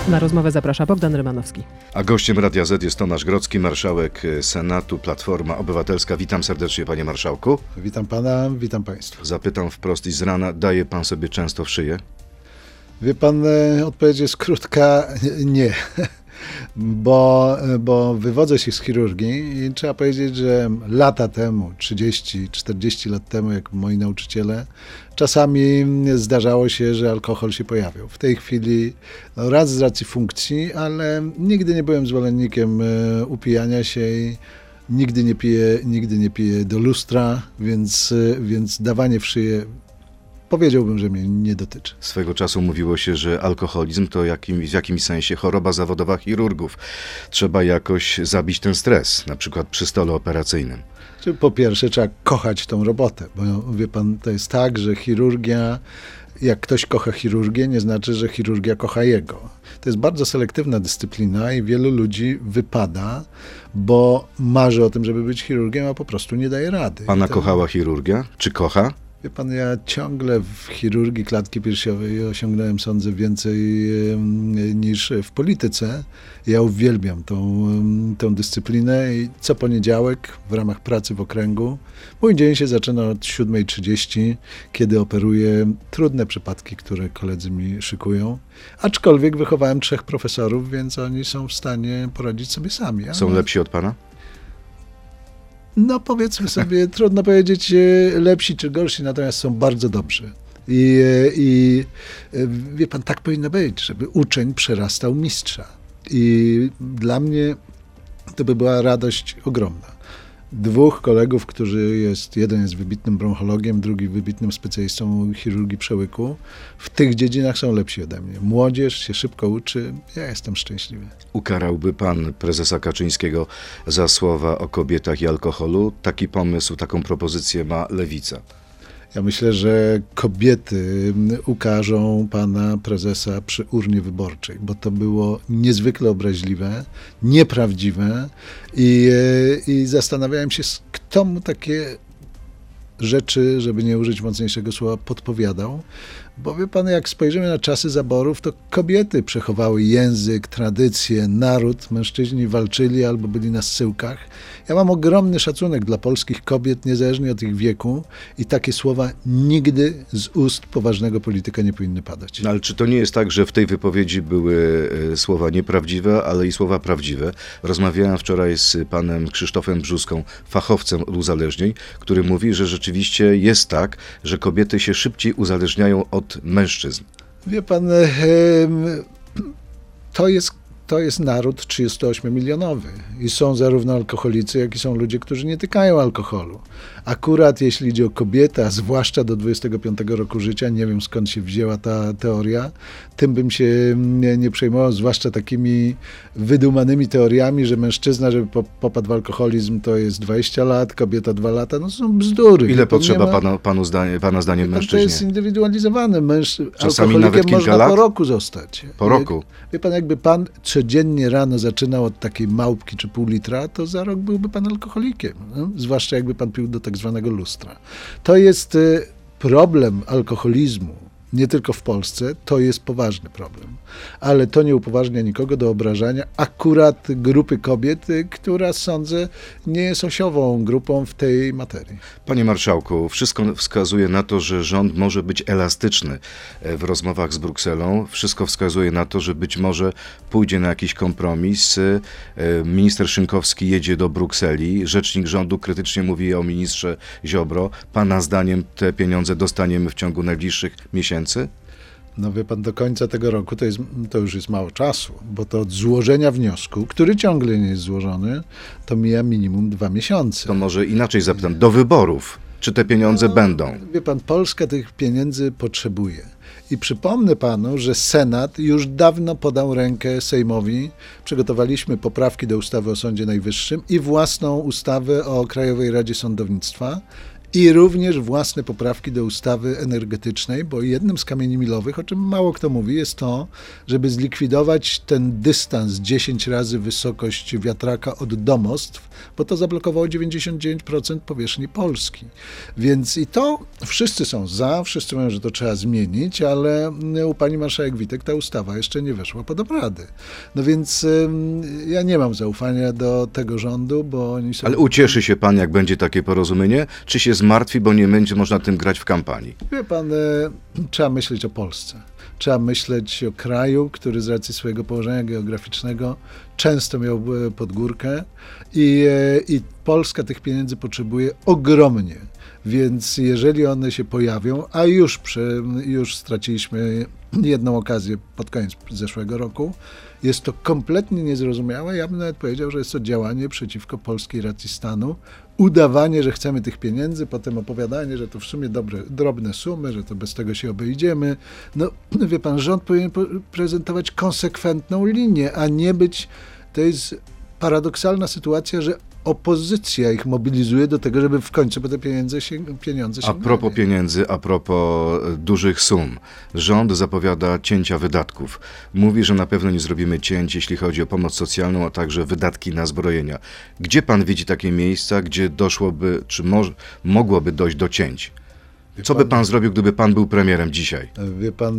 Na rozmowę zaprasza Bogdan Rymanowski. A gościem Radia Z jest Tomasz Grodzki, marszałek Senatu, Platforma Obywatelska. Witam serdecznie, panie marszałku. Witam pana, witam państwa. Zapytam wprost i z rana, daje pan sobie często w szyję? Wie pan, odpowiedź jest krótka, nie. Bo wywodzę się z chirurgii i trzeba powiedzieć, że lata temu, 30-40 lat temu, jak moi nauczyciele, czasami zdarzało się, że alkohol się pojawiał. W tej chwili raz z racji funkcji, ale nigdy nie byłem zwolennikiem upijania się i nigdy nie piję do lustra, więc dawanie w szyję powiedziałbym, że mnie nie dotyczy. Swego czasu mówiło się, że alkoholizm to w jakimś sensie choroba zawodowa chirurgów. Trzeba jakoś zabić ten stres, na przykład przy stole operacyjnym. Po pierwsze trzeba kochać tą robotę, bo wie pan, to jest tak, że chirurgia, jak ktoś kocha chirurgię, nie znaczy, że chirurgia kocha jego. To jest bardzo selektywna dyscyplina i wielu ludzi wypada, bo marzy o tym, żeby być chirurgiem, a po prostu nie daje rady. Pana kochała chirurgia? Czy kocha? Wie pan, ja ciągle w chirurgii klatki piersiowej osiągnąłem, sądzę, więcej niż w polityce. Ja uwielbiam tą dyscyplinę i co poniedziałek w ramach pracy w okręgu mój dzień się zaczyna od 7:30, kiedy operuję trudne przypadki, które koledzy mi szykują. Aczkolwiek wychowałem 3 profesorów, więc oni są w stanie poradzić sobie sami. Są lepsi od pana? No powiedzmy sobie, trudno powiedzieć lepsi czy gorsi, natomiast są bardzo dobrzy. I wie pan, tak powinno być, żeby uczeń przerastał mistrza. I dla mnie to by była radość ogromna. 2 kolegów, jeden jest wybitnym bronchologiem, drugi wybitnym specjalistą chirurgii przełyku. W tych dziedzinach są lepsi ode mnie. Młodzież się szybko uczy, ja jestem szczęśliwy. Ukarałby pan prezesa Kaczyńskiego za słowa o kobietach i alkoholu? Taki pomysł, taką propozycję ma Lewica. Ja myślę, że kobiety ukarzą pana prezesa przy urnie wyborczej, bo to było niezwykle obraźliwe, nieprawdziwe i zastanawiałem się, kto mu takie rzeczy, żeby nie użyć mocniejszego słowa, podpowiadał. Bo wie pan, jak spojrzymy na czasy zaborów, to kobiety przechowały język, tradycje, naród, mężczyźni walczyli albo byli na zsyłkach. Ja mam ogromny szacunek dla polskich kobiet, niezależnie od ich wieku i takie słowa nigdy z ust poważnego polityka nie powinny padać. No, ale czy to nie jest tak, że w tej wypowiedzi były słowa nieprawdziwe, ale i słowa prawdziwe? Rozmawiałem wczoraj z panem Krzysztofem Brzuską, fachowcem od uzależnień, który mówi, że rzeczywiście jest tak, że kobiety się szybciej uzależniają od mężczyzn. Wie pan, to jest naród 38-milionowy i są zarówno alkoholicy, jak i są ludzie, którzy nie tykają alkoholu. Akurat jeśli idzie o kobietę, a zwłaszcza do 25 roku życia, nie wiem skąd się wzięła ta teoria, tym bym się nie przejmował, zwłaszcza takimi wydumanymi teoriami, że mężczyzna, żeby popadł w alkoholizm, to jest 20 lat, kobieta 2 lata, no są bzdury. Ile potrzeba pana zdaniem mężczyźnie? To jest zindywidualizowane. Czasami nawet kilka można lat? po roku zostać. Po roku? Wie pan, jakby pan codziennie rano zaczynał od takiej małpki czy pół litra, to za rok byłby pan alkoholikiem. No? Zwłaszcza jakby pan pił do tak zwanego lustra. To jest problem alkoholizmu. Nie tylko w Polsce, to jest poważny problem. Ale to nie upoważnia nikogo do obrażania akurat grupy kobiet, która, sądzę, nie jest osiową grupą w tej materii. Panie marszałku, wszystko wskazuje na to, że rząd może być elastyczny w rozmowach z Brukselą. Wszystko wskazuje na to, że być może pójdzie na jakiś kompromis. Minister Szynkowski jedzie do Brukseli. Rzecznik rządu krytycznie mówi o ministrze Ziobro. Pana zdaniem te pieniądze dostaniemy w ciągu najbliższych miesięcy? No wie pan, do końca tego roku to już jest mało czasu, bo to od złożenia wniosku, który ciągle nie jest złożony, to mija minimum 2 miesiące. To może inaczej zapytam, do wyborów, czy te pieniądze będą? Wie pan, Polska tych pieniędzy potrzebuje. I przypomnę panu, że Senat już dawno podał rękę Sejmowi. Przygotowaliśmy poprawki do ustawy o Sądzie Najwyższym i własną ustawę o Krajowej Radzie Sądownictwa. i również własne poprawki do ustawy energetycznej, bo jednym z kamieni milowych, o czym mało kto mówi, jest to, żeby zlikwidować ten dystans 10 razy wysokość wiatraka od domostw, bo to zablokowało 99% powierzchni Polski. Więc i to wszyscy są za, wszyscy mówią, że to trzeba zmienić, ale u pani marszałek Witek ta ustawa jeszcze nie weszła pod obrady. No więc ja nie mam zaufania do tego rządu, bo oni są... Ale ucieszy się pan, jak będzie takie porozumienie, czy się zmartwi, bo nie będzie można tym grać w kampanii? Wie pan, trzeba myśleć o Polsce. Trzeba myśleć o kraju, który z racji swojego położenia geograficznego często miał pod górkę i Polska tych pieniędzy potrzebuje ogromnie. Więc jeżeli one się pojawią, a już straciliśmy jedną okazję pod koniec zeszłego roku, jest to kompletnie niezrozumiałe. Ja bym nawet powiedział, że jest to działanie przeciwko polskiej racji stanu. Udawanie, że chcemy tych pieniędzy, potem opowiadanie, że to w sumie drobne sumy, że to bez tego się obejdziemy. No, wie pan, rząd powinien prezentować konsekwentną linię, a nie być... To jest paradoksalna sytuacja, że opozycja ich mobilizuje do tego, żeby w końcu po te pieniądze sięgnęli. A propos pieniędzy, a propos dużych sum. Rząd zapowiada cięcia wydatków. Mówi, że na pewno nie zrobimy cięć, jeśli chodzi o pomoc socjalną, a także wydatki na zbrojenia. Gdzie pan widzi takie miejsca, gdzie doszłoby, czy mogłoby dojść do cięć? Co by pan zrobił, gdyby pan był premierem dzisiaj? Wie pan...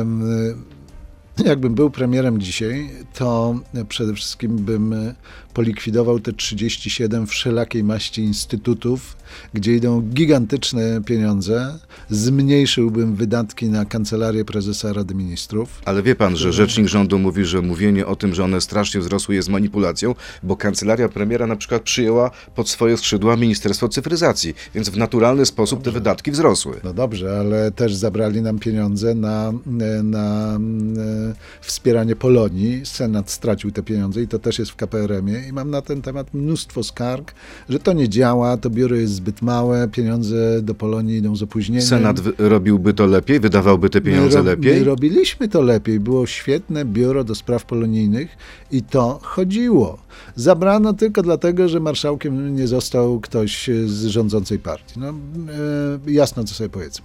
Jakbym był premierem dzisiaj, to przede wszystkim bym polikwidował te 37 wszelakiej maści instytutów, gdzie idą gigantyczne pieniądze, zmniejszyłbym wydatki na Kancelarię Prezesa Rady Ministrów. Ale wie pan, że rzecznik rządu mówi, że mówienie o tym, że one strasznie wzrosły, jest manipulacją, bo Kancelaria Premiera na przykład przyjęła pod swoje skrzydła Ministerstwo Cyfryzacji, więc w naturalny sposób te wydatki wzrosły. No dobrze, ale też zabrali nam pieniądze na wspieranie Polonii. Senat stracił te pieniądze i to też jest w KPRM-ie i mam na ten temat mnóstwo skarg, że to nie działa, to biuro jest zbyt małe, pieniądze do Polonii idą z opóźnieniem. Senat robiłby to lepiej? Wydawałby te pieniądze lepiej? My robiliśmy to lepiej. Było świetne biuro do spraw polonijnych i to chodziło. Zabrano tylko dlatego, że marszałkiem nie został ktoś z rządzącej partii. No, jasno, co sobie powiedzmy.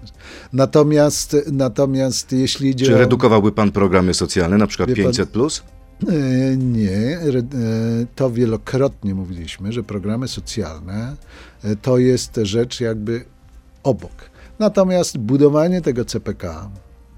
Natomiast jeśli idzie Czy redukowałby pan programy socjalne, na przykład 500+? Nie, to wielokrotnie mówiliśmy, że programy socjalne to jest rzecz jakby obok. Natomiast budowanie tego CPK,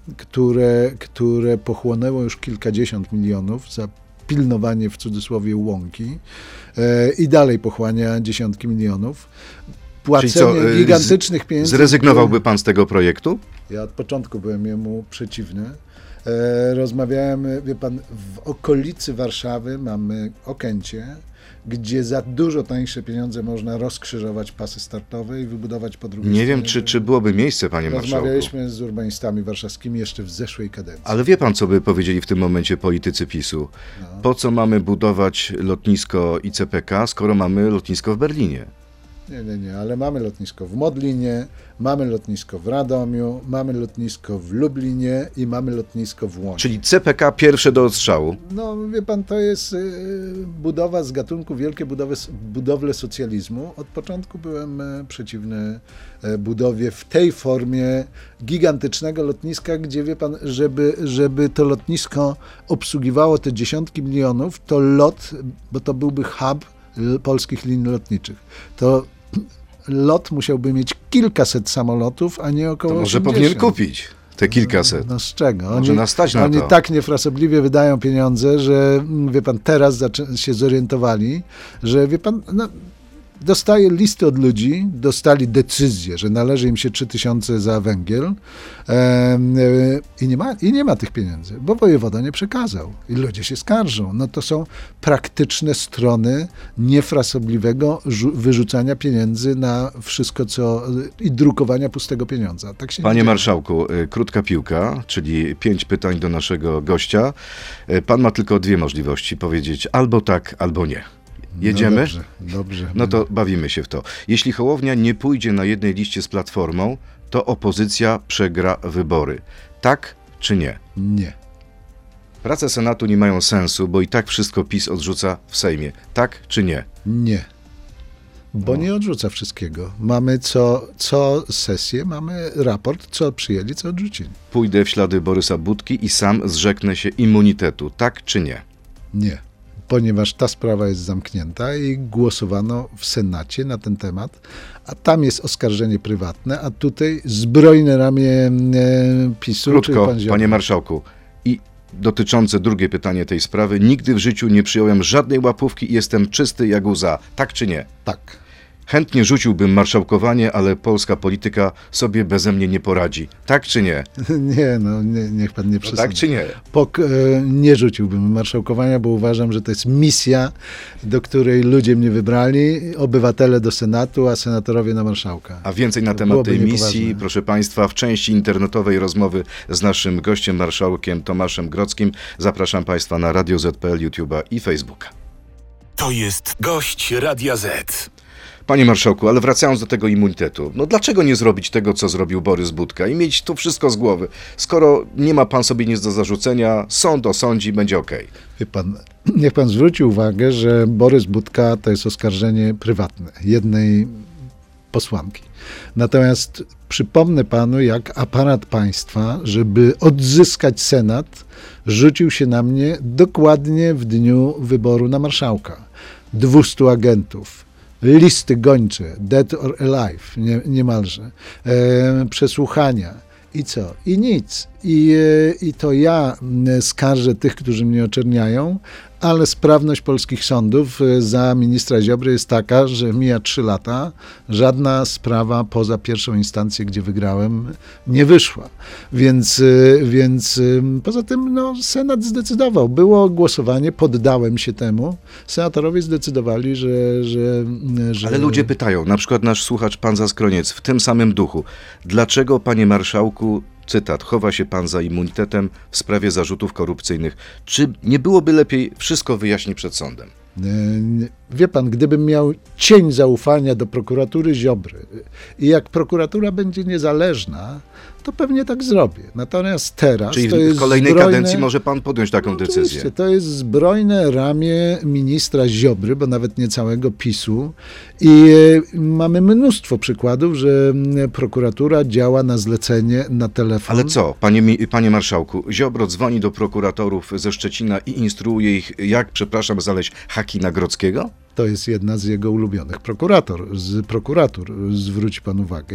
które pochłonęło już kilkadziesiąt milionów za pilnowanie w cudzysłowie łąki i dalej pochłania dziesiątki milionów, płacenie gigantycznych pieniędzy. Zrezygnowałby pan z tego projektu? Ja od początku byłem jemu przeciwny. Rozmawiałem, wie pan, w okolicy Warszawy mamy Okęcie, gdzie za dużo tańsze pieniądze można rozkrzyżować pasy startowe i wybudować po drugiej Nie stronie. wiem, czy byłoby miejsce, panie marszałku. Rozmawialiśmy z urbanistami warszawskimi jeszcze w zeszłej kadencji. Ale wie pan, co by powiedzieli w tym momencie politycy PiS-u? Po co mamy budować lotnisko i CPK, skoro mamy lotnisko w Berlinie? Nie, ale mamy lotnisko w Modlinie, mamy lotnisko w Radomiu, mamy lotnisko w Lublinie i mamy lotnisko w Łodzi. Czyli CPK pierwsze do odstrzału. No wie pan, to jest budowa z gatunku wielkie budowle socjalizmu. Od początku byłem przeciwny budowie w tej formie gigantycznego lotniska, gdzie wie pan, żeby to lotnisko obsługiwało te dziesiątki milionów, to bo to byłby hub polskich linii lotniczych. To LOT musiałby mieć kilkaset samolotów, a nie około 80. Może powinien kupić te kilkaset. No z czego? Może nas stać na oni to. tak niefrasobliwie wydają pieniądze, że wie pan, teraz się zorientowali, że wie pan, dostaje listy od ludzi, dostali decyzję, że należy im się 3000 za węgiel i nie ma tych pieniędzy, bo wojewoda nie przekazał i ludzie się skarżą. No to są praktyczne strony niefrasobliwego wyrzucania pieniędzy na wszystko, i drukowania pustego pieniądza. Tak się Panie marszałku, krótka piłka, czyli 5 pytań do naszego gościa. Pan ma tylko 2 możliwości powiedzieć albo tak, albo nie. Jedziemy? No dobrze. No to bawimy się w to. Jeśli Hołownia nie pójdzie na jednej liście z Platformą, to opozycja przegra wybory. Tak czy nie? Nie. Prace Senatu nie mają sensu, bo i tak wszystko PiS odrzuca w Sejmie. Tak czy nie? Nie. bo nie odrzuca wszystkiego. Mamy co sesję, mamy raport, co przyjęli, co odrzucili. Pójdę w ślady Borysa Budki i sam zrzeknę się immunitetu, tak czy nie? Nie, ponieważ ta sprawa jest zamknięta i głosowano w Senacie na ten temat, a tam jest oskarżenie prywatne, a tutaj zbrojne ramię PiS-u. Krótko, panie marszałku. I dotyczące drugie pytanie tej sprawy. Nigdy w życiu nie przyjąłem żadnej łapówki i jestem czysty jak łza. Tak czy nie? Tak. Chętnie rzuciłbym marszałkowanie, ale polska polityka sobie beze mnie nie poradzi. Tak czy nie? Nie, niech pan nie przesadza. Tak czy nie? Nie rzuciłbym marszałkowania, bo uważam, że to jest misja, do której ludzie mnie wybrali, obywatele do Senatu, a senatorowie na marszałka. A więcej na temat tej misji, proszę państwa, w części internetowej rozmowy z naszym gościem, marszałkiem Tomaszem Grodzkim. Zapraszam państwa na Radio Z.pl, YouTube'a i Facebooka. To jest gość Radia Z. Panie marszałku, ale wracając do tego immunitetu, dlaczego nie zrobić tego, co zrobił Borys Budka i mieć to wszystko z głowy? Skoro nie ma pan sobie nic do zarzucenia, sąd osądzi, będzie okej. Wie pan, niech pan zwróci uwagę, że Borys Budka to jest oskarżenie prywatne jednej posłanki. Natomiast przypomnę panu, jak aparat państwa, żeby odzyskać Senat, rzucił się na mnie dokładnie w dniu wyboru na marszałka. 200 agentów. Listy gończe, dead or alive, niemalże, przesłuchania i co? I nic. I to ja skarżę tych, którzy mnie oczerniają, ale sprawność polskich sądów za ministra Ziobry jest taka, że mija 3 lata, żadna sprawa poza pierwszą instancję, gdzie wygrałem, nie wyszła. Więc poza tym Senat zdecydował. Było głosowanie, poddałem się temu. Senatorowie zdecydowali, że... Ale ludzie pytają, na przykład nasz słuchacz, pan Zaskroniec, w tym samym duchu. Dlaczego, panie marszałku, cytat, chowa się pan za immunitetem w sprawie zarzutów korupcyjnych? Czy nie byłoby lepiej wszystko wyjaśnić przed sądem? Wie pan, gdybym miał cień zaufania do prokuratury Ziobry i jak prokuratura będzie niezależna, to pewnie tak zrobię. Natomiast teraz Czyli to jest w kolejnej zbrojne... kadencji może pan podjąć taką decyzję. To jest zbrojne ramię ministra Ziobry, bo nawet nie całego PiS-u. I mamy mnóstwo przykładów, że prokuratura działa na zlecenie, na telefon. Ale co, panie marszałku, Ziobro dzwoni do prokuratorów ze Szczecina i instruuje ich, jak, przepraszam, znaleźć haki na Grodzkiego? To jest jedna z jego ulubionych prokuratur, zwróci pan uwagę.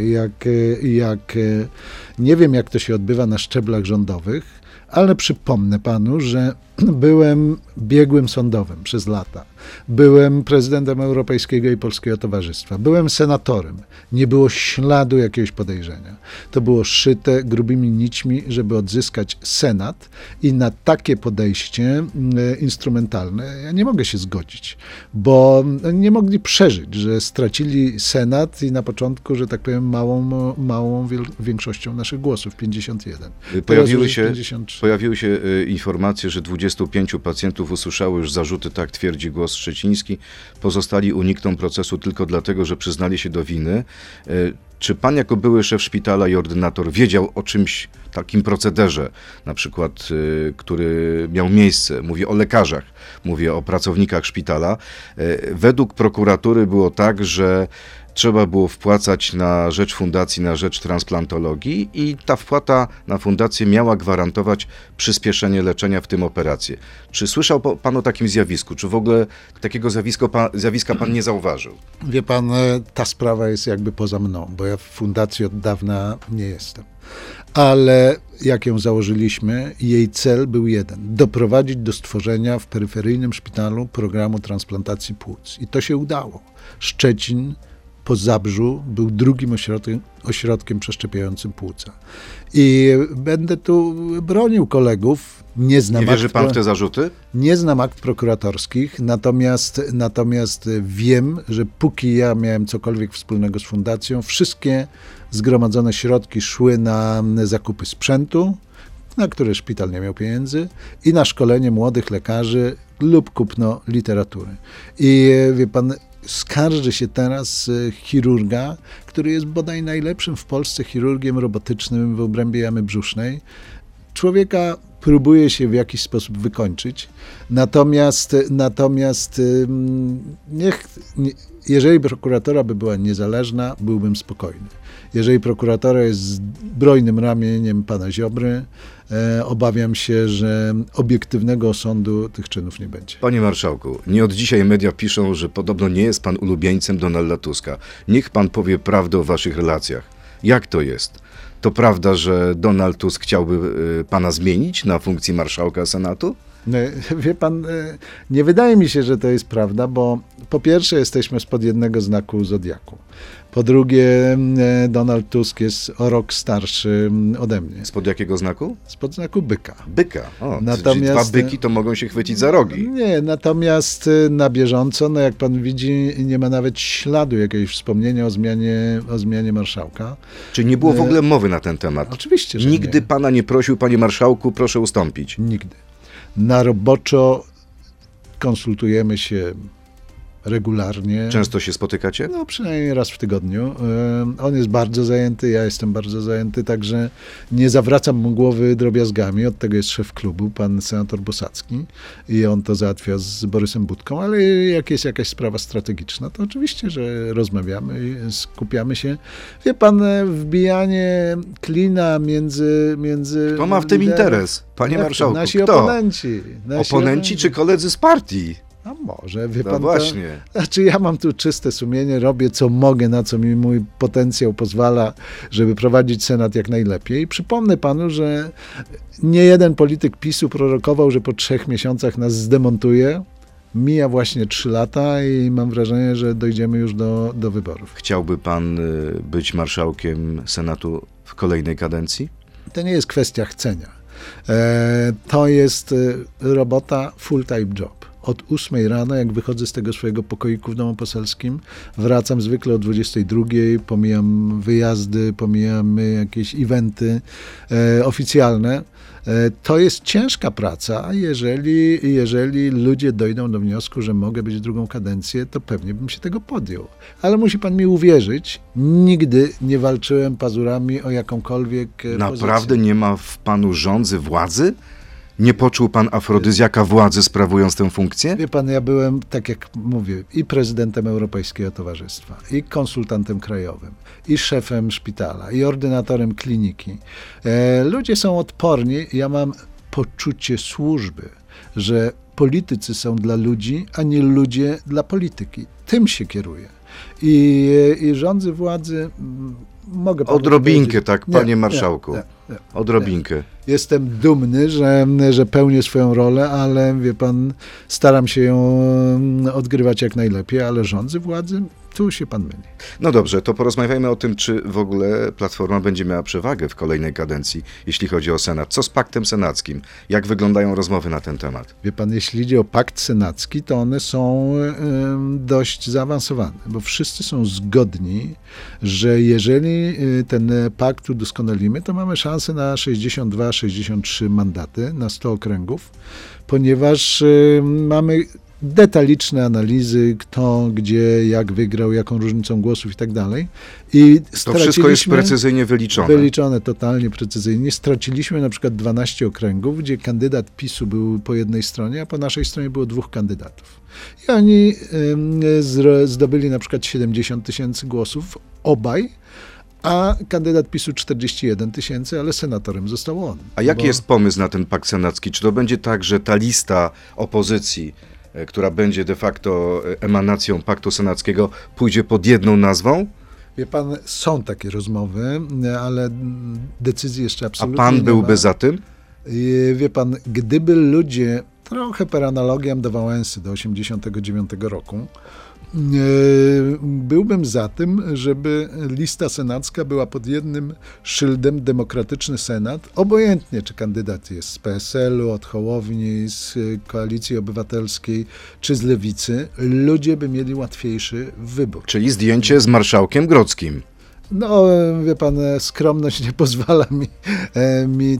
Nie wiem, jak to się odbywa na szczeblach rządowych, ale przypomnę panu, że byłem biegłym sądowym przez lata. Byłem prezydentem Europejskiego i Polskiego Towarzystwa. Byłem senatorem. Nie było śladu jakiegoś podejrzenia. To było szyte grubymi nićmi, żeby odzyskać Senat i na takie podejście instrumentalne ja nie mogę się zgodzić, bo nie mogli przeżyć, że stracili Senat i na początku, że tak powiem, małą większością naszych głosów, 51. Pojawiły się informacje, że 25 pacjentów usłyszało już zarzuty, tak twierdzi Głos Szczeciński. Pozostali unikną procesu tylko dlatego, że przyznali się do winy. Czy pan jako były szef szpitala i ordynator wiedział o czymś takim procederze, na przykład, który miał miejsce? Mówię o lekarzach, mówię o pracownikach szpitala. Według prokuratury było tak, że trzeba było wpłacać na rzecz fundacji, na rzecz transplantologii i ta wpłata na fundację miała gwarantować przyspieszenie leczenia, w tym operację. Czy słyszał pan o takim zjawisku? Czy w ogóle takiego zjawiska pan nie zauważył? Wie pan, ta sprawa jest jakby poza mną, bo ja w fundacji od dawna nie jestem. Ale jak ją założyliśmy, jej cel był jeden. Doprowadzić do stworzenia w peryferyjnym szpitalu programu transplantacji płuc. I to się udało. Szczecin po Zabrzu był drugim ośrodkiem przeszczepiającym płuca. I będę tu bronił kolegów. Nie wierzy pan w te zarzuty? Nie znam akt prokuratorskich, natomiast wiem, że póki ja miałem cokolwiek wspólnego z fundacją, wszystkie zgromadzone środki szły na zakupy sprzętu, na które szpital nie miał pieniędzy, i na szkolenie młodych lekarzy lub kupno literatury. I wie pan, skarży się teraz chirurga, który jest bodaj najlepszym w Polsce chirurgiem robotycznym w obrębie jamy brzusznej. Człowieka próbuje się w jakiś sposób wykończyć. Natomiast jeżeli prokuratura by była niezależna, byłbym spokojny. Jeżeli prokuratura jest zbrojnym ramieniem pana Ziobry, obawiam się, że obiektywnego osądu tych czynów nie będzie. Panie marszałku, nie od dzisiaj media piszą, że podobno nie jest pan ulubieńcem Donalda Tuska. Niech pan powie prawdę o waszych relacjach. Jak to jest? To prawda, że Donald Tusk chciałby pana zmienić na funkcji marszałka Senatu? Wie pan, nie wydaje mi się, że to jest prawda, bo po pierwsze jesteśmy spod jednego znaku zodiaku. Po drugie, Donald Tusk jest o rok starszy ode mnie. Spod jakiego znaku? Spod znaku byka. Byka. Czyli dwa byki to mogą się chwycić za rogi. Nie, natomiast na bieżąco, no jak pan widzi, nie ma nawet śladu jakiegoś wspomnienia o zmianie marszałka. Czy nie było w ogóle mowy na ten temat? Oczywiście, że Nigdy nie. pana nie prosił, panie marszałku, proszę ustąpić. Nigdy. Na roboczo konsultujemy się regularnie. Często się spotykacie? No przynajmniej raz w tygodniu. On jest bardzo zajęty, ja jestem bardzo zajęty, także nie zawracam mu głowy drobiazgami. Od tego jest szef klubu, pan senator Bosacki i on to załatwia z Borysem Budką, ale jak jest jakaś sprawa strategiczna, to oczywiście, że rozmawiamy, skupiamy się. Wie pan, wbijanie klina między Kto ma w tym interes? Panie marszałku, Nasi kto? oponenci. Oponenci czy koledzy z partii? A może, wie No pan. właśnie. Znaczy ja mam tu czyste sumienie, robię co mogę, na co mi mój potencjał pozwala, żeby prowadzić Senat jak najlepiej. I przypomnę panu, że nie jeden polityk PiS-u prorokował, że po 3 miesiącach nas zdemontuje. Mija właśnie 3 lata i mam wrażenie, że dojdziemy już do wyborów. Chciałby pan być marszałkiem Senatu w kolejnej kadencji? To nie jest kwestia chcenia. To jest robota full-time job. Od 8 rano, jak wychodzę z tego swojego pokoiku w domu poselskim, wracam zwykle o 22, pomijam wyjazdy, pomijam jakieś eventy oficjalne. To jest ciężka praca, jeżeli ludzie dojdą do wniosku, że mogę być drugą kadencję, to pewnie bym się tego podjął. Ale musi pan mi uwierzyć, nigdy nie walczyłem pazurami o jakąkolwiek Naprawdę pozycję. nie ma w panu żądzy władzy? Nie poczuł pan afrodyzjaka władzy, sprawując tę funkcję? Wie pan, ja byłem, tak jak mówię, i prezydentem Europejskiego Towarzystwa, i konsultantem krajowym, i szefem szpitala, i ordynatorem kliniki. Ludzie są odporni, ja mam poczucie służby, że politycy są dla ludzi, a nie ludzie dla polityki. Tym się kieruję. I rządzy władzy mogę panu Odrobinkę, powiedzieć. tak, Nie, panie marszałku. nie. Odrobinkę. Jestem dumny, że pełnię swoją rolę, ale wie pan, staram się ją odgrywać jak najlepiej, ale rządzy władzy, tu się pan myli. No dobrze, to porozmawiajmy o tym, czy w ogóle Platforma będzie miała przewagę w kolejnej kadencji, jeśli chodzi o Senat. Co z paktem senackim? Jak wyglądają rozmowy na ten temat? Wie pan, jeśli idzie o pakt senacki, to one są dość zaawansowane, bo wszyscy są zgodni, że jeżeli ten pakt udoskonalimy, to mamy szansę na 62-63 mandaty na 100 okręgów, ponieważ mamy detaliczne analizy, kto, gdzie, jak wygrał, jaką różnicą głosów i tak dalej. I To wszystko jest precyzyjnie wyliczone. Wyliczone totalnie precyzyjnie. Straciliśmy na przykład 12 okręgów, gdzie kandydat PiS-u był po jednej stronie, a po naszej stronie było 2 kandydatów. I oni zdobyli na przykład 70 000 głosów, obaj, a kandydat PiS-u 41 000, ale senatorem został on. A jaki jest pomysł na ten pakt senacki? Czy to będzie tak, że ta lista opozycji, która będzie de facto emanacją paktu senackiego, pójdzie pod jedną nazwą? Wie pan, są takie rozmowy, ale decyzji jeszcze absolutnie A pan nie byłby ma. za tym? Wie pan, gdyby ludzie, trochę per analogiam do Wałęsy, do 89 roku, byłbym za tym, żeby lista senacka była pod jednym szyldem Demokratyczny Senat, obojętnie czy kandydat jest z PSL-u, od Hołowni, z Koalicji Obywatelskiej czy z Lewicy, ludzie by mieli łatwiejszy wybór. Czyli zdjęcie z marszałkiem Grodzkim. No, wie pan, skromność nie pozwala mi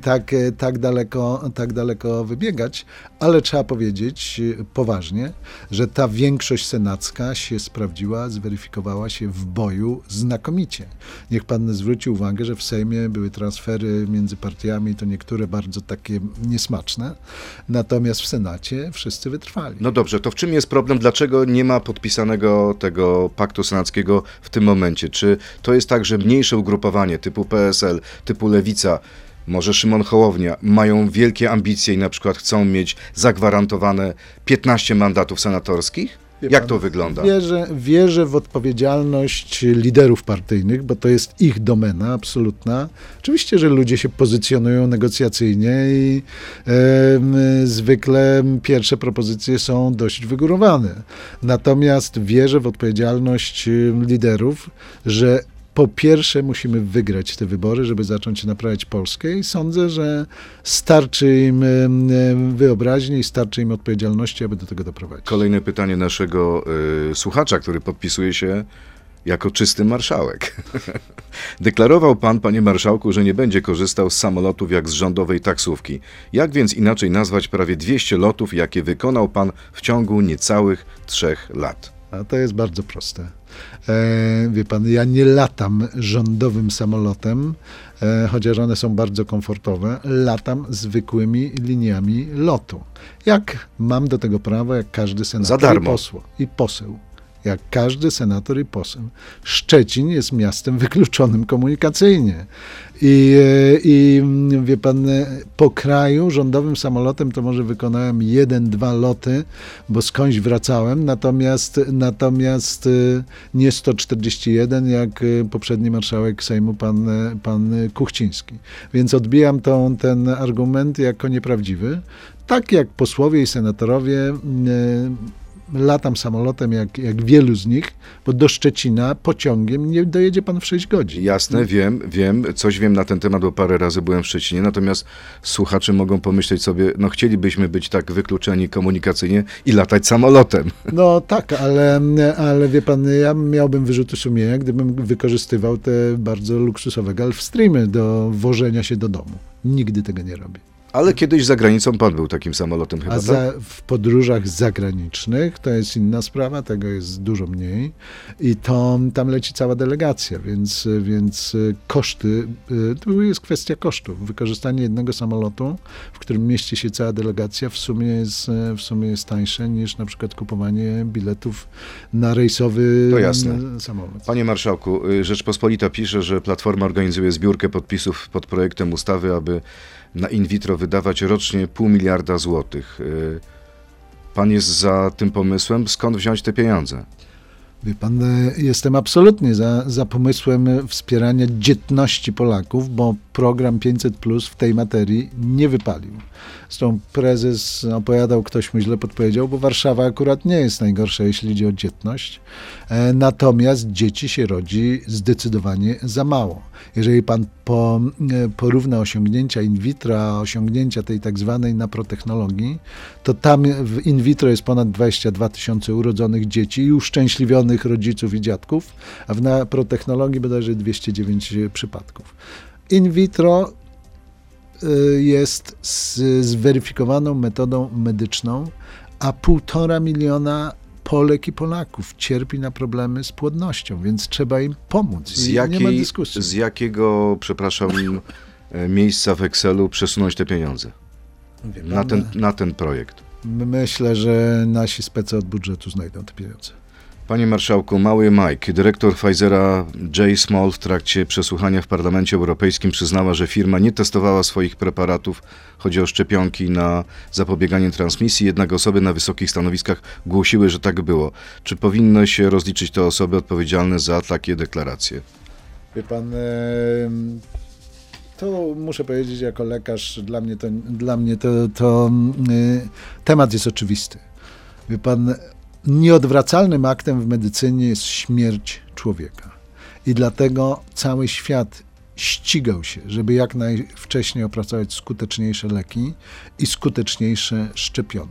tak daleko wybiegać, ale trzeba powiedzieć poważnie, że ta większość senacka się sprawdziła, zweryfikowała się w boju znakomicie. Niech pan zwróci uwagę, że w Sejmie były transfery między partiami, to niektóre bardzo takie niesmaczne, natomiast w Senacie wszyscy wytrwali. No dobrze, to w czym jest problem? Dlaczego nie ma podpisanego tego paktu senackiego w tym momencie? Czy to jest tak, że mniejsze ugrupowanie typu PSL, typu Lewica, może Szymon Hołownia, mają wielkie ambicje i na przykład chcą mieć zagwarantowane 15 mandatów senatorskich? Jak to wygląda? Wierzę w odpowiedzialność liderów partyjnych, bo to jest ich domena absolutna. Oczywiście, że ludzie się pozycjonują negocjacyjnie i zwykle pierwsze propozycje są dość wygórowane. Natomiast wierzę w odpowiedzialność liderów, że po pierwsze musimy wygrać te wybory, żeby zacząć naprawiać Polskę i sądzę, że starczy im wyobraźni i starczy im odpowiedzialności, aby do tego doprowadzić. Kolejne pytanie naszego słuchacza, który podpisuje się jako czysty marszałek. Deklarował pan, panie marszałku, że nie będzie korzystał z samolotów jak z rządowej taksówki. Jak więc inaczej nazwać prawie 200 lotów, jakie wykonał pan w ciągu niecałych 3 lat? A to jest bardzo proste. Wie pan, ja nie latam rządowym samolotem, chociaż one są bardzo komfortowe. Latam zwykłymi liniami lotu. Jak mam do tego prawo, jak każdy senator Za darmo. i poseł. Jak każdy senator i poseł. Szczecin jest miastem wykluczonym komunikacyjnie. I wie pan, po kraju rządowym samolotem to może wykonałem 1-2 loty, bo skądś wracałem, natomiast nie 141, jak poprzedni marszałek Sejmu, pan Kuchciński. Więc odbijam ten argument jako nieprawdziwy. Tak jak posłowie i senatorowie latam samolotem, jak wielu z nich, bo do Szczecina pociągiem nie dojedzie pan w 6 godzin. Jasne, coś wiem na ten temat, bo parę razy byłem w Szczecinie, natomiast słuchacze mogą pomyśleć sobie, no chcielibyśmy być tak wykluczeni komunikacyjnie i latać samolotem. No tak, ale wie pan, ja miałbym wyrzuty sumienia, gdybym wykorzystywał te bardzo luksusowe Gulfstreamy do wożenia się do domu. Nigdy tego nie robię. Ale kiedyś za granicą pan był takim samolotem chyba, tak? W podróżach zagranicznych to jest inna sprawa, tego jest dużo mniej i tam leci cała delegacja, więc koszty, tu jest kwestia kosztów. Wykorzystanie jednego samolotu, w którym mieści się cała delegacja, w sumie jest tańsze niż na przykład kupowanie biletów na rejsowy samolot. Panie marszałku, Rzeczpospolita pisze, że Platforma organizuje zbiórkę podpisów pod projektem ustawy, aby na in vitro wydawać rocznie 0,5 miliarda złotych. Pan jest za tym pomysłem? Skąd wziąć te pieniądze? Wie pan, jestem absolutnie za pomysłem wspierania dzietności Polaków, bo program 500+ w tej materii nie wypalił. Zresztą prezes opowiadał, ktoś mu źle podpowiedział, bo Warszawa akurat nie jest najgorsza, jeśli chodzi o dzietność. Natomiast dzieci się rodzi zdecydowanie za mało. Jeżeli pan porówna osiągnięcia in vitro, a osiągnięcia tej tak zwanej naprotechnologii, to tam w in vitro jest ponad 22 000 urodzonych dzieci i uszczęśliwionych rodziców i dziadków, a w naprotechnologii bodajże 209 przypadków. In vitro jest zweryfikowaną metodą medyczną, a 1,5 miliona Polek i Polaków cierpi na problemy z płodnością, więc trzeba im pomóc. Nie ma dyskusji. Z jakiego, przepraszam, miejsca w Excelu przesunąć te pieniądze na ten projekt? Myślę, że nasi specy od budżetu znajdą te pieniądze. Panie marszałku, mały Mike, dyrektor Pfizera J. Small w trakcie przesłuchania w Parlamencie Europejskim przyznała, że firma nie testowała swoich preparatów, chodzi o szczepionki na zapobieganie transmisji, jednak osoby na wysokich stanowiskach głosiły, że tak było. Czy powinny się rozliczyć te osoby odpowiedzialne za takie deklaracje? Wie pan, to muszę powiedzieć jako lekarz, dla mnie to temat jest oczywisty. Wie pan, nieodwracalnym aktem w medycynie jest śmierć człowieka. I dlatego cały świat ścigał się, żeby jak najwcześniej opracować skuteczniejsze leki i skuteczniejsze szczepionki.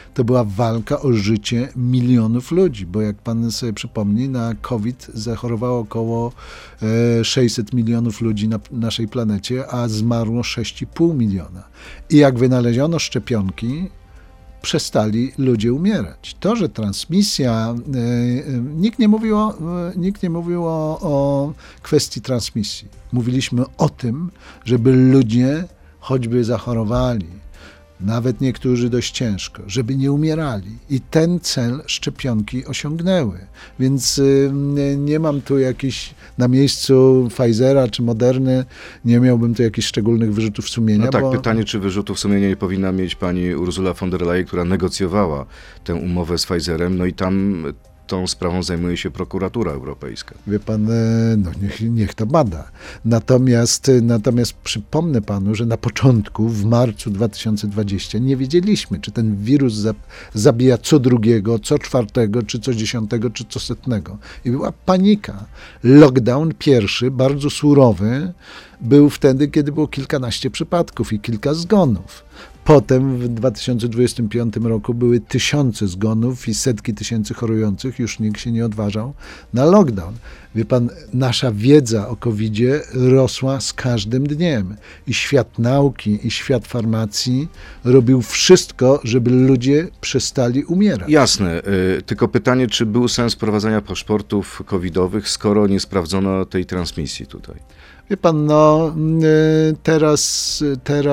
To była walka o życie milionów ludzi, bo jak pan sobie przypomni, na COVID zachorowało około 600 milionów ludzi na naszej planecie, a zmarło 6,5 miliona. I jak wynaleziono szczepionki, przestali ludzie umierać. To, że transmisja, nikt nie mówił o kwestii transmisji. Mówiliśmy o tym, żeby ludzie choćby zachorowali, nawet niektórzy dość ciężko, żeby nie umierali. I ten cel szczepionki osiągnęły. Więc nie mam tu jakichś, na miejscu Pfizera czy Moderny, nie miałbym tu jakichś szczególnych wyrzutów sumienia. No tak, pytanie, czy wyrzutów sumienia nie powinna mieć pani Ursula von der Leyen, która negocjowała tę umowę z Pfizerem, no i tam tą sprawą zajmuje się prokuratura europejska. Wie pan, no niech to bada. Natomiast przypomnę panu, że na początku, w marcu 2020, nie wiedzieliśmy, czy ten wirus zabija co drugiego, co czwartego, czy co 10, czy co 100. I była panika. Lockdown pierwszy, bardzo surowy, był wtedy, kiedy było kilkanaście przypadków i kilka zgonów. Potem w 2025 roku były tysiące zgonów i setki tysięcy chorujących. Już nikt się nie odważał na lockdown. Wie pan, nasza wiedza o COVID-zie rosła z każdym dniem. I świat nauki, i świat farmacji robił wszystko, żeby ludzie przestali umierać. Jasne, tylko pytanie, czy był sens wprowadzania paszportów covidowych, skoro nie sprawdzono tej transmisji tutaj? Wie pan, no teraz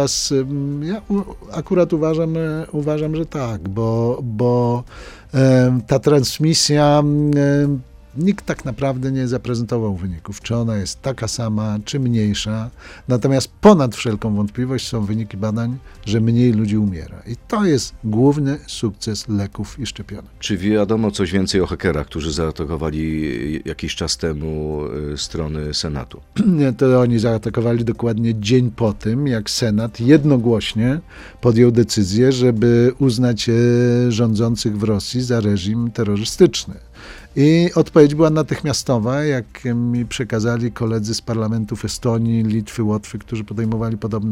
ja akurat uważam, że tak, bo ta transmisja, nikt tak naprawdę nie zaprezentował wyników, czy ona jest taka sama, czy mniejsza. Natomiast ponad wszelką wątpliwość są wyniki badań, że mniej ludzi umiera. I to jest główny sukces leków i szczepionek. Czy wiadomo coś więcej o hakerach, którzy zaatakowali jakiś czas temu strony Senatu? To oni zaatakowali dokładnie dzień po tym, jak Senat jednogłośnie podjął decyzję, żeby uznać rządzących w Rosji za reżim terrorystyczny. I odpowiedź była natychmiastowa, jak mi przekazali koledzy z parlamentów Estonii, Litwy, Łotwy, którzy podejmowali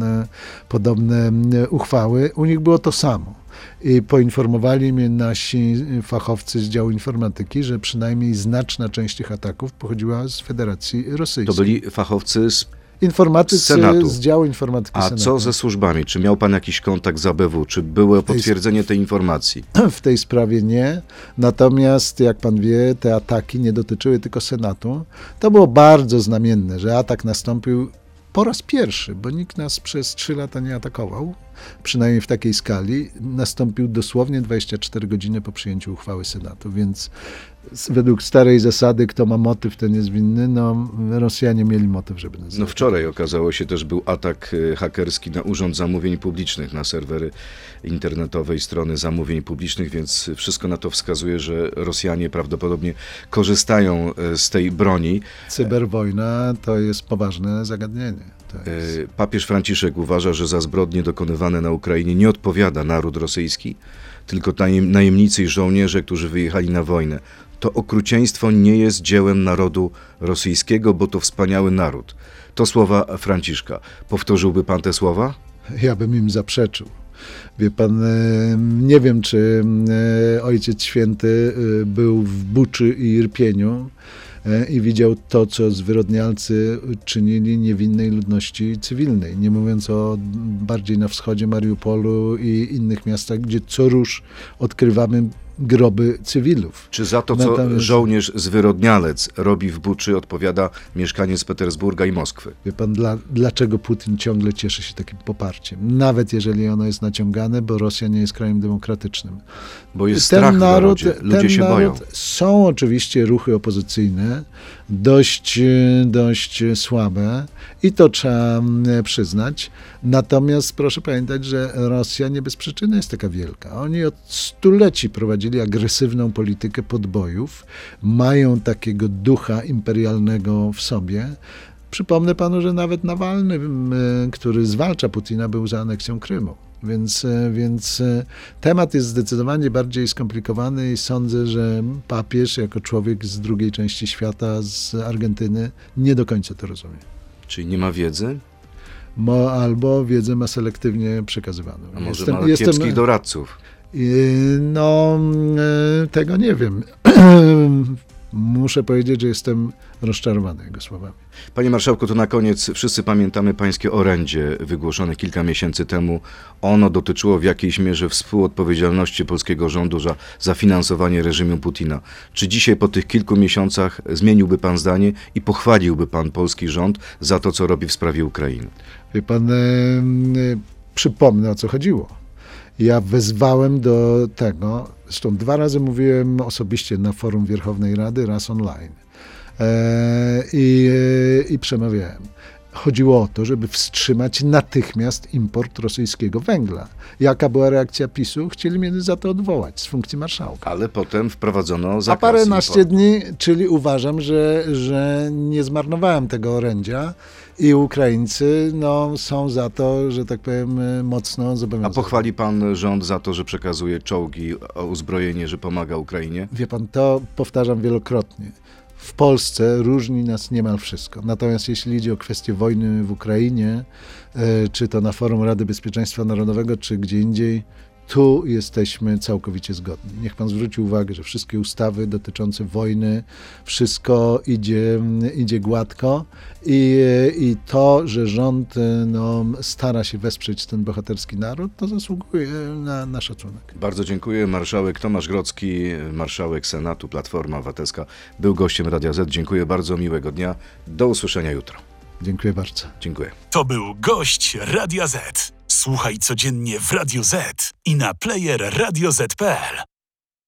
podobne uchwały. U nich było to samo. I poinformowali mnie nasi fachowcy z działu informatyki, że przynajmniej znaczna część tych ataków pochodziła z Federacji Rosyjskiej. To byli fachowcy informatycy Senatu. Z działu informatyki Senatu. A co ze służbami? Czy miał pan jakiś kontakt z ABW? Czy było potwierdzenie tej informacji? W tej sprawie nie. Natomiast, jak pan wie, te ataki nie dotyczyły tylko Senatu. To było bardzo znamienne, że atak nastąpił po raz pierwszy, bo nikt nas przez 3 lata nie atakował, przynajmniej w takiej skali. Nastąpił dosłownie 24 godziny po przyjęciu uchwały Senatu, więc według starej zasady, kto ma motyw, ten jest winny. No, Rosjanie mieli motyw, żeby nas No wczoraj okazało się też, był atak hakerski na Urząd Zamówień Publicznych, na serwery internetowej strony zamówień publicznych, więc wszystko na to wskazuje, że Rosjanie prawdopodobnie korzystają z tej broni. Cyberwojna to jest poważne zagadnienie. Papież Franciszek uważa, że za zbrodnie dokonywane na Ukrainie nie odpowiada naród rosyjski, tylko najemnicy i żołnierze, którzy wyjechali na wojnę. To okrucieństwo nie jest dziełem narodu rosyjskiego, bo to wspaniały naród. To słowa Franciszka. Powtórzyłby pan te słowa? Ja bym im zaprzeczył. Wie pan, nie wiem, czy Ojciec Święty był w Buczy i Irpieniu i widział to, co zwyrodnialcy czynili niewinnej ludności cywilnej. Nie mówiąc o bardziej na wschodzie Mariupolu i innych miastach, gdzie co rusz odkrywamy groby cywilów. Czy za to, co żołnierz zwyrodnialec robi w Buczy, odpowiada mieszkaniec Petersburga i Moskwy? Wie pan, dlaczego Putin ciągle cieszy się takim poparciem? Nawet jeżeli ono jest naciągane, bo Rosja nie jest krajem demokratycznym. Bo jest strach w narodzie, ludzie się boją. Są oczywiście ruchy opozycyjne, dość słabe i to trzeba przyznać. Natomiast proszę pamiętać, że Rosja nie bez przyczyny jest taka wielka. Oni od stuleci prowadzili agresywną politykę podbojów, mają takiego ducha imperialnego w sobie. Przypomnę panu, że nawet Nawalny, który zwalcza Putina, był za aneksją Krymu. Więc temat jest zdecydowanie bardziej skomplikowany i sądzę, że papież jako człowiek z drugiej części świata, z Argentyny, nie do końca to rozumie. Czyli nie ma wiedzy? Albo wiedzę ma selektywnie przekazywaną. A może ma kiepskich doradców? No, tego nie wiem. Muszę powiedzieć, że jestem rozczarowany jego słowami. Panie marszałku, to na koniec wszyscy pamiętamy pańskie orędzie wygłoszone kilka miesięcy temu. Ono dotyczyło w jakiejś mierze współodpowiedzialności polskiego rządu za finansowanie reżimu Putina. Czy dzisiaj po tych kilku miesiącach zmieniłby pan zdanie i pochwaliłby pan polski rząd za to, co robi w sprawie Ukrainy? Wie pan, przypomnę, o co chodziło. Ja wezwałem do tego, zresztą 2 razy mówiłem osobiście na forum Wierchownej Rady, raz online. I przemawiałem. Chodziło o to, żeby wstrzymać natychmiast import rosyjskiego węgla. Jaka była reakcja PiS-u? Chcieli mnie za to odwołać z funkcji marszałka. Ale potem wprowadzono A zakaz paręnaście importu. dni, czyli uważam, że nie zmarnowałem tego orędzia i Ukraińcy są za to, że tak powiem, mocno A zobowiązani. pochwali pan rząd za to, że przekazuje czołgi, uzbrojenie, że pomaga Ukrainie? Wie pan, to powtarzam wielokrotnie. W Polsce różni nas niemal wszystko. Natomiast jeśli idzie o kwestię wojny w Ukrainie, czy to na forum Rady Bezpieczeństwa Narodowego, czy gdzie indziej, tu jesteśmy całkowicie zgodni. Niech pan zwróci uwagę, że wszystkie ustawy dotyczące wojny, wszystko idzie gładko i to, że rząd stara się wesprzeć ten bohaterski naród, to zasługuje na szacunek. Bardzo dziękuję. Marszałek Tomasz Grodzki, marszałek Senatu, Platforma Obywatelska, był gościem Radia Z. Dziękuję bardzo, miłego dnia. Do usłyszenia jutro. Dziękuję bardzo. Dziękuję. To był gość Radia Z. Słuchaj codziennie w Radio Z i na player radioz.pl.